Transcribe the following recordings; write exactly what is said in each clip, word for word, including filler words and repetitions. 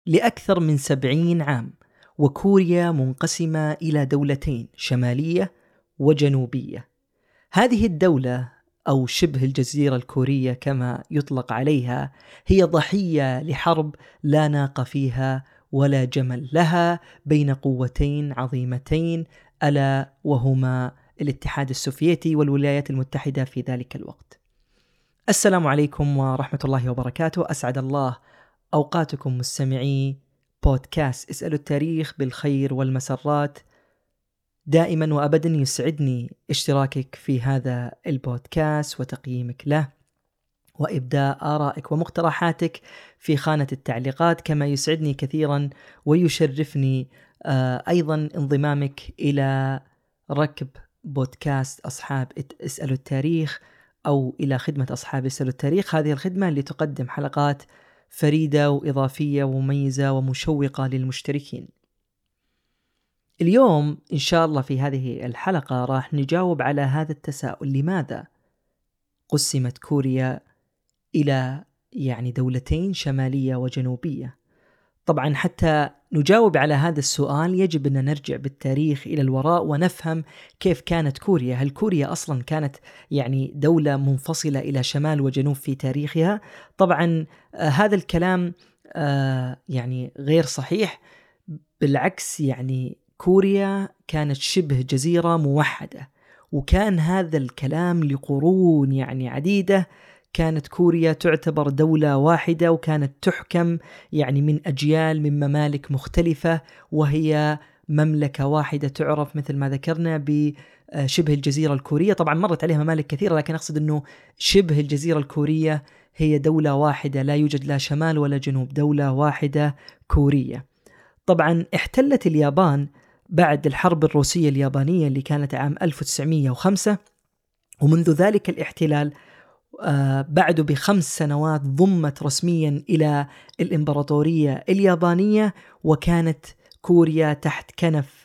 لأكثر من سبعين عام، وكوريا منقسمة إلى دولتين شمالية وجنوبية. هذه الدولة أو شبه الجزيرة الكورية كما يطلق عليها هي ضحية لحرب لا ناق فيها ولا جمل لها بين قوتين عظيمتين، ألا وهما الاتحاد السوفيتي والولايات المتحدة في ذلك الوقت. السلام عليكم ورحمة الله وبركاته. أسعد الله أوقاتكم مستمعي بودكاست اسألوا التاريخ بالخير والمسرات. دائما وأبدا يسعدني اشتراكك في هذا البودكاست وتقييمك له وإبداء آرائك ومقترحاتك في خانة التعليقات، كما يسعدني كثيرا ويشرفني أيضا انضمامك إلى ركب بودكاست أصحاب اسألوا التاريخ أو إلى خدمة أصحاب اسألوا التاريخ. هذه الخدمة اللي تقدم حلقات فريدة وإضافية ومميزة ومشوقة للمشتركين. اليوم إن شاء الله في هذه الحلقة راح نجاوب على هذا التساؤل: لماذا قسمت كوريا إلى يعني دولتين شمالية وجنوبية؟ طبعا حتى نجاوب على هذا السؤال يجب أن نرجع بالتاريخ إلى الوراء ونفهم كيف كانت كوريا. هل كوريا أصلا كانت يعني دولة منفصلة إلى شمال وجنوب في تاريخها؟ طبعا آه هذا الكلام آه يعني غير صحيح، بالعكس. يعني كوريا كانت شبه جزيرة موحدة، وكان هذا الكلام لقرون يعني عديدة. كانت كوريا تعتبر دولة واحدة، وكانت تحكم يعني من أجيال من ممالك مختلفة، وهي مملكة واحدة تعرف مثل ما ذكرنا بشبه الجزيرة الكورية. طبعا مرت عليها ممالك كثيرة، لكن أقصد أنه شبه الجزيرة الكورية هي دولة واحدة، لا يوجد لا شمال ولا جنوب، دولة واحدة كورية. طبعا احتلت اليابان بعد الحرب الروسية اليابانية اللي كانت عام ألف وتسعمائة وخمسة، ومنذ ذلك الاحتلال آه بعد بخمس سنوات ضمت رسميا إلى الإمبراطورية اليابانية، وكانت كوريا تحت كنف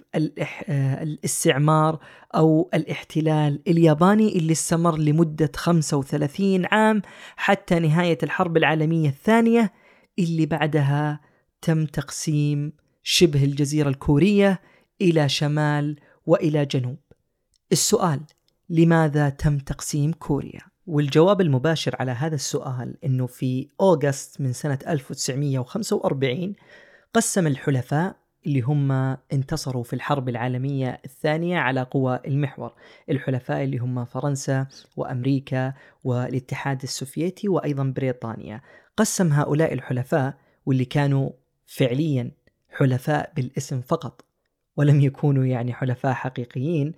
آه الاستعمار أو الاحتلال الياباني اللي استمر لمدة خمسة وثلاثين عام حتى نهاية الحرب العالمية الثانية، اللي بعدها تم تقسيم شبه الجزيرة الكورية إلى شمال وإلى جنوب. السؤال: لماذا تم تقسيم كوريا؟ والجواب المباشر على هذا السؤال إنه في أغسطس من سنة ألف وتسعمائة وخمسة وأربعين قسم الحلفاء اللي هم انتصروا في الحرب العالمية الثانية على قوى المحور، الحلفاء اللي هم فرنسا وأمريكا والاتحاد السوفيتي وأيضا بريطانيا. قسم هؤلاء الحلفاء، واللي كانوا فعليا حلفاء بالاسم فقط ولم يكونوا يعني حلفاء حقيقيين،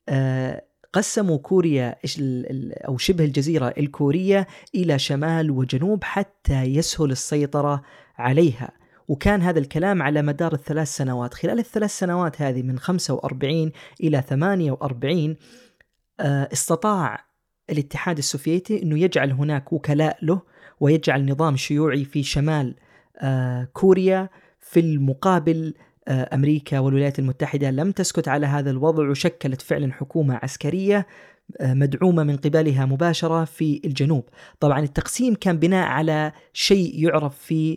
آه قسموا كوريا أو شبه الجزيرة الكورية إلى شمال وجنوب حتى يسهل السيطرة عليها. وكان هذا الكلام على مدار الثلاث سنوات. خلال الثلاث سنوات هذه من خمسة وأربعين إلى ثمانية وأربعين استطاع الاتحاد السوفيتي أنه يجعل هناك وكلاء له ويجعل نظام شيوعي في شمال كوريا. في المقابل أمريكا والولايات المتحدة لم تسكت على هذا الوضع، وشكلت فعلا حكومة عسكرية مدعومة من قبلها مباشرة في الجنوب. طبعا التقسيم كان بناء على شيء يعرف في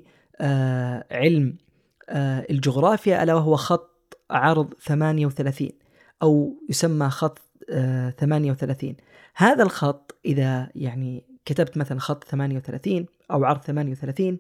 علم الجغرافيا، ألا وهو خط عرض ثمانية وثلاثين أو يسمى خط ثمانية وثلاثين. هذا الخط إذا يعني كتبت مثلا خط ثمانية وثلاثين أو عرض ثمانية وثلاثين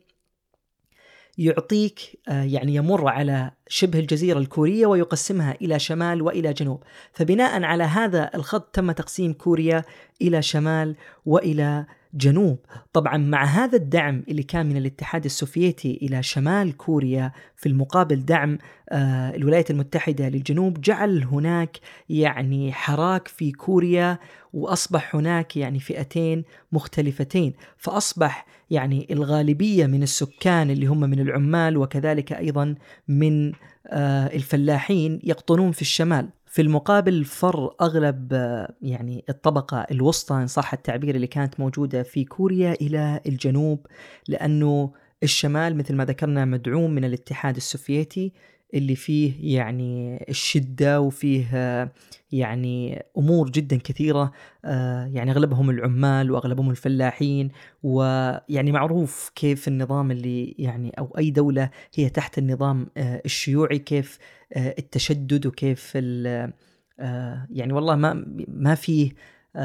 يعطيك يعني يمر على شبه الجزيرة الكورية ويقسمها إلى شمال وإلى جنوب. فبناء على هذا الخط تم تقسيم كوريا إلى شمال وإلى جنوب. طبعا مع هذا الدعم اللي كان من الاتحاد السوفيتي إلى شمال كوريا في المقابل دعم آه الولايات المتحدة للجنوب، جعل هناك يعني حراك في كوريا، وأصبح هناك يعني فئتين مختلفتين. فأصبح يعني الغالبية من السكان اللي هم من العمال وكذلك أيضا من آه الفلاحين يقطنون في الشمال. في المقابل فر أغلب يعني الطبقة الوسطى إن صح التعبير اللي كانت موجودة في كوريا إلى الجنوب، لأنه الشمال مثل ما ذكرنا مدعوم من الاتحاد السوفيتي اللي فيه يعني الشدة وفيه يعني أمور جدا كثيرة، يعني أغلبهم العمال وأغلبهم الفلاحين، ويعني معروف كيف النظام اللي يعني أو أي دولة هي تحت النظام الشيوعي كيف التشدد وكيف يعني والله ما ما فيه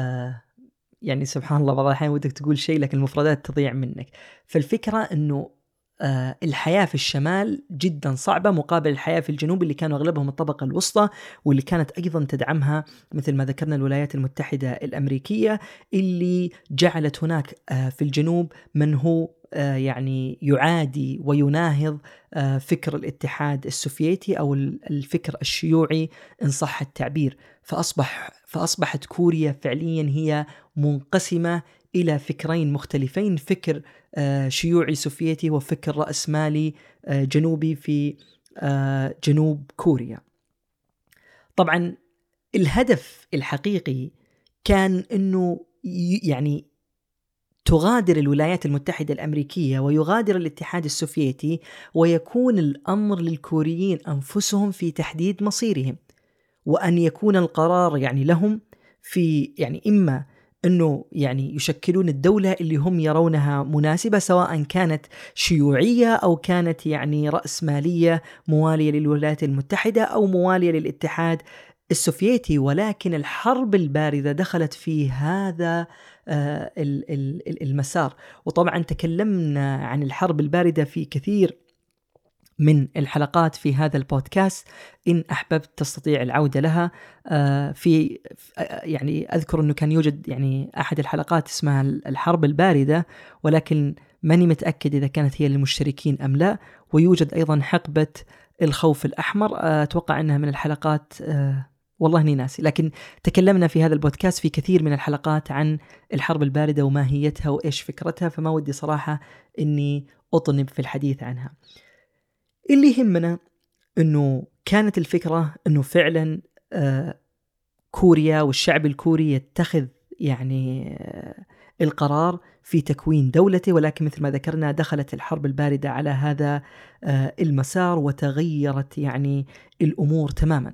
يعني سبحان الله بعض الأحيان ودك تقول شيء لكن المفردات تضيع منك. فالفكرة أنه آه الحياة في الشمال جدا صعبة مقابل الحياة في الجنوب اللي كانوا أغلبهم الطبقة الوسطى، واللي كانت أيضا تدعمها مثل ما ذكرنا الولايات المتحدة الأمريكية، اللي جعلت هناك آه في الجنوب من هو آه يعني يعادي ويناهض آه فكر الاتحاد السوفيتي أو الفكر الشيوعي إن صح التعبير. فأصبح فأصبحت كوريا فعليا هي منقسمة إلى فكرين مختلفين، فكر شيوعي سوفيتي وفكر رأسمالي جنوبي في جنوب كوريا. طبعا الهدف الحقيقي كان أنه يعني تغادر الولايات المتحدة الأمريكية ويغادر الاتحاد السوفيتي، ويكون الأمر للكوريين أنفسهم في تحديد مصيرهم، وأن يكون القرار يعني لهم في يعني إما أنه يعني يشكلون الدولة اللي هم يرونها مناسبة، سواء كانت شيوعية أو كانت يعني رأسمالية موالية للولايات المتحدة أو موالية للاتحاد السوفيتي. ولكن الحرب الباردة دخلت في هذا آه المسار، وطبعا تكلمنا عن الحرب الباردة في كثير من الحلقات في هذا البودكاست، إن أحببت تستطيع العودة لها. في يعني أذكر أنه كان يوجد يعني أحد الحلقات اسمها الحرب الباردة، ولكن ماني متأكد إذا كانت هي للمشتركين أم لا. ويوجد أيضا حقبة الخوف الأحمر، أتوقع أنها من الحلقات، والله إني ناسي، لكن تكلمنا في هذا البودكاست في كثير من الحلقات عن الحرب الباردة وماهيتها وإيش فكرتها، فما ودي صراحة إني أطنب في الحديث عنها. اللي يهمنا أنه كانت الفكرة أنه فعلا آه كوريا والشعب الكوري يتخذ يعني آه القرار في تكوين دولته، ولكن مثل ما ذكرنا دخلت الحرب الباردة على هذا آه المسار وتغيرت يعني الأمور تماما.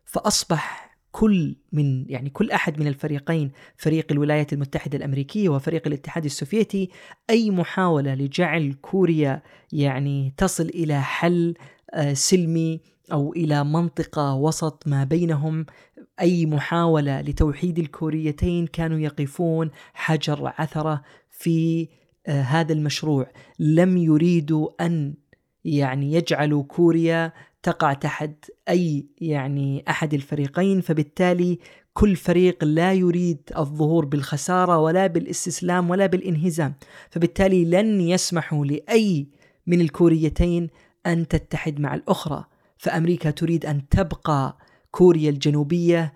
فأصبح كل من يعني كل أحد من الفريقين، فريق الولايات المتحدة الأمريكية وفريق الاتحاد السوفيتي، أي محاولة لجعل كوريا يعني تصل إلى حل سلمي أو إلى منطقة وسط ما بينهم، أي محاولة لتوحيد الكوريتين كانوا يقفون حجر عثرة في هذا المشروع. لم يريدوا أن يعني يجعلوا كوريا تقع تحت أي يعني أحد الفريقين، فبالتالي كل فريق لا يريد الظهور بالخسارة ولا بالاستسلام ولا بالانهزام، فبالتالي لن يسمحوا لأي من الكوريتين أن تتحد مع الأخرى. فأمريكا تريد أن تبقى كوريا الجنوبية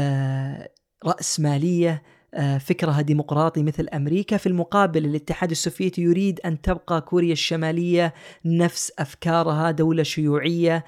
رأسمالية، فكرها ديمقراطي مثل أمريكا، في المقابل الاتحاد السوفيتي يريد أن تبقى كوريا الشمالية نفس أفكارها، دولة شيوعية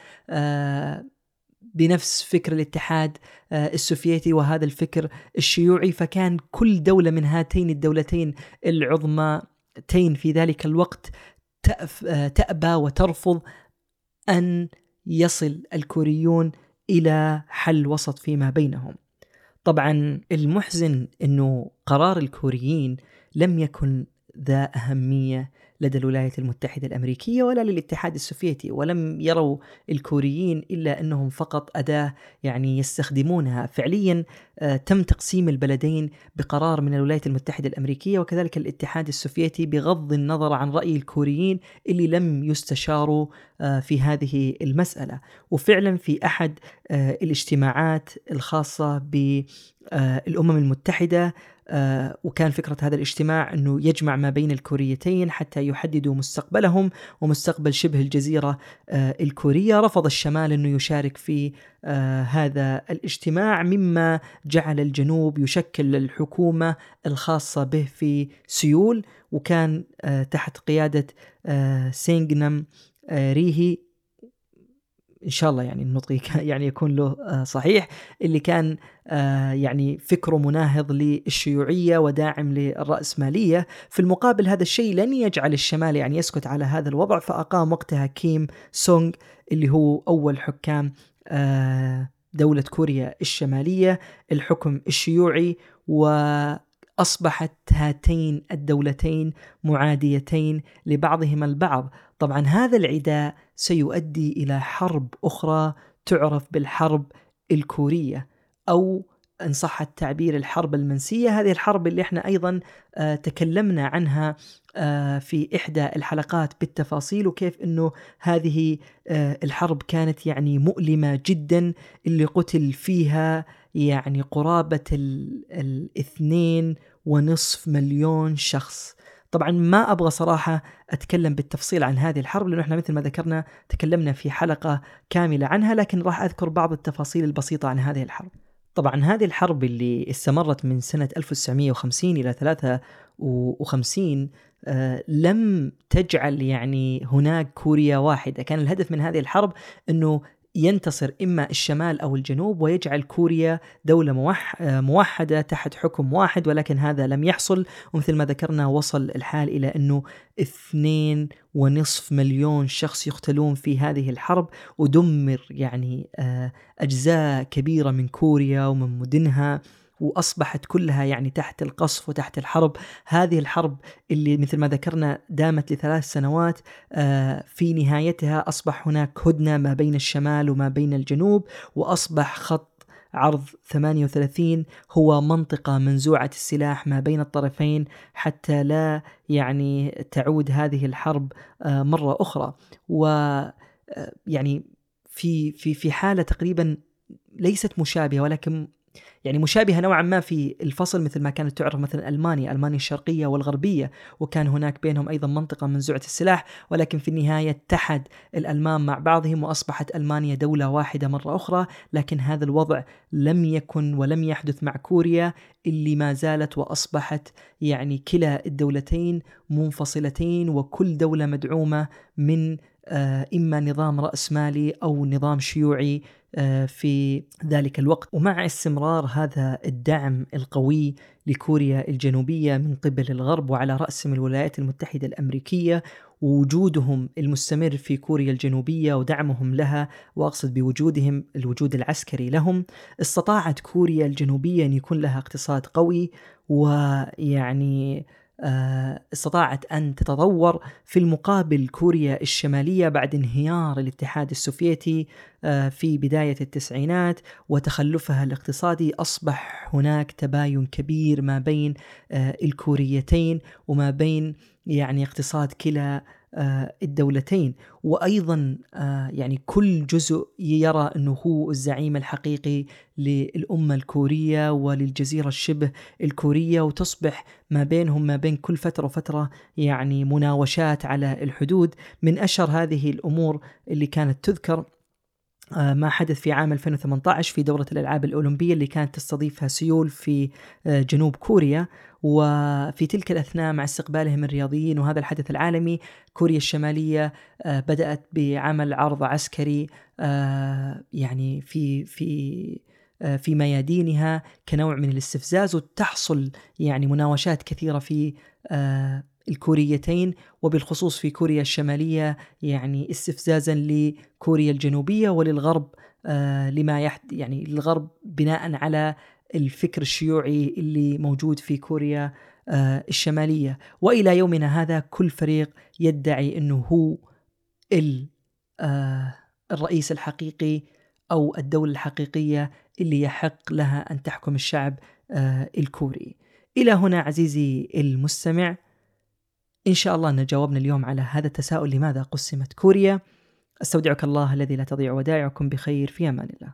بنفس فكر الاتحاد السوفيتي وهذا الفكر الشيوعي. فكان كل دولة من هاتين الدولتين العظمتين في ذلك الوقت تأبى وترفض أن يصل الكوريون إلى حل وسط فيما بينهم. طبعا المحزن أنه قرار الكوريين لم يكن ذا أهمية لدى الولايات المتحدة الأمريكية ولا للاتحاد السوفيتي، ولم يروا الكوريين إلا أنهم فقط أداة يعني يستخدمونها. فعليا تم تقسيم البلدين بقرار من الولايات المتحدة الأمريكية وكذلك الاتحاد السوفيتي، بغض النظر عن رأي الكوريين اللي لم يستشاروا في هذه المسألة. وفعلا في أحد الاجتماعات الخاصة بالأمم المتحدة، وكان فكرة هذا الاجتماع أنه يجمع ما بين الكوريتين حتى يحددوا مستقبلهم ومستقبل شبه الجزيرة الكورية، رفض الشمال أنه يشارك في هذا الاجتماع، مما جعل الجنوب يشكل الحكومة الخاصة به في سيول، وكان تحت قيادة سينغنام ريهي إن شاء الله يعني النطق يعني يكون له صحيح، اللي كان يعني فكره مناهض للشيوعية وداعم للرأسمالية. في المقابل هذا الشيء لن يجعل الشمال يعني يسكت على هذا الوضع، فأقام وقتها كيم سونغ اللي هو أول حكام دولة كوريا الشمالية الحكم الشيوعي، وأصبحت هاتين الدولتين معاديتين لبعضهما البعض. طبعا هذا العداء سيؤدي إلى حرب أخرى تعرف بالحرب الكورية، أو إن صح التعبير الحرب المنسية. هذه الحرب اللي احنا أيضا آه تكلمنا عنها آه في إحدى الحلقات بالتفاصيل، وكيف أنه هذه آه الحرب كانت يعني مؤلمة جدا، اللي قتل فيها يعني قرابة الاثنين ونصف مليون شخص. طبعا ما أبغى صراحة أتكلم بالتفصيل عن هذه الحرب، لأنه إحنا مثل ما ذكرنا تكلمنا في حلقة كاملة عنها، لكن راح أذكر بعض التفاصيل البسيطة عن هذه الحرب. طبعا هذه الحرب اللي استمرت من سنة ألف وتسعمائة وخمسين إلى ثلاثة وخمسين آه لم تجعل يعني هناك كوريا واحدة. كان الهدف من هذه الحرب أنه ينتصر إما الشمال أو الجنوب ويجعل كوريا دولة موحدة تحت حكم واحد، ولكن هذا لم يحصل. ومثل ما ذكرنا وصل الحال إلى أنه اثنين ونصف مليون شخص يقتلون في هذه الحرب، ودمر يعني أجزاء كبيرة من كوريا ومن مدنها، وأصبحت كلها يعني تحت القصف وتحت الحرب. هذه الحرب اللي مثل ما ذكرنا دامت لثلاث سنوات، في نهايتها أصبح هناك هدنة ما بين الشمال وما بين الجنوب، وأصبح خط عرض ثمانية وثلاثين هو منطقة منزوعة السلاح ما بين الطرفين، حتى لا يعني تعود هذه الحرب مرة أخرى. ويعني في في في حالة تقريبا ليست مشابهة، ولكن يعني مشابهة نوعا ما في الفصل، مثل ما كانت تعرف مثلا ألمانيا ألمانيا الشرقية والغربية، وكان هناك بينهم أيضا منطقة منزوعة السلاح، ولكن في النهاية اتحد الألمان مع بعضهم وأصبحت ألمانيا دولة واحدة مرة أخرى. لكن هذا الوضع لم يكن ولم يحدث مع كوريا، اللي ما زالت وأصبحت يعني كلا الدولتين منفصلتين، وكل دولة مدعومة من إما نظام رأسمالي أو نظام شيوعي في ذلك الوقت. ومع استمرار هذا الدعم القوي لكوريا الجنوبية من قبل الغرب، وعلى رأسهم الولايات المتحدة الأمريكية، ووجودهم المستمر في كوريا الجنوبية ودعمهم لها، وأقصد بوجودهم الوجود العسكري لهم، استطاعت كوريا الجنوبية أن يكون لها اقتصاد قوي، ويعني استطاعت أن تتطور. في المقابل كوريا الشمالية بعد انهيار الاتحاد السوفيتي في بداية التسعينات وتخلفها الاقتصادي، أصبح هناك تباين كبير ما بين الكوريتين وما بين يعني اقتصاد كلا الدولتين. وأيضا يعني كل جزء يرى أنه هو الزعيم الحقيقي للأمة الكورية وللجزيرة الشبه الكورية، وتصبح ما بينهم ما بين كل فترة وفترة يعني مناوشات على الحدود. من أشهر هذه الأمور اللي كانت تذكر ما حدث في عام ألفين وثمانية عشر في دورة الألعاب الأولمبية اللي كانت تستضيفها سيول في جنوب كوريا، وفي تلك الأثناء مع استقبالهم الرياضيين وهذا الحدث العالمي، كوريا الشمالية بدأت بعمل عرض عسكري يعني في في في ميادينها كنوع من الاستفزاز، وتحصل يعني مناوشات كثيرة في الكوريتين، وبالخصوص في كوريا الشمالية يعني استفزازا لكوريا الجنوبية وللغرب، آه لما يحد يعني للغرب بناء على الفكر الشيوعي اللي موجود في كوريا آه الشمالية. وإلى يومنا هذا كل فريق يدعي أنه هو آه الرئيس الحقيقي أو الدولة الحقيقية اللي يحق لها أن تحكم الشعب آه الكوري. إلى هنا عزيزي المستمع، إن شاء الله أن جاوبنا اليوم على هذا التساؤل: لماذا قسمت كوريا؟ أستودعك الله الذي لا تضيع ودائعكم بخير، في أمان الله.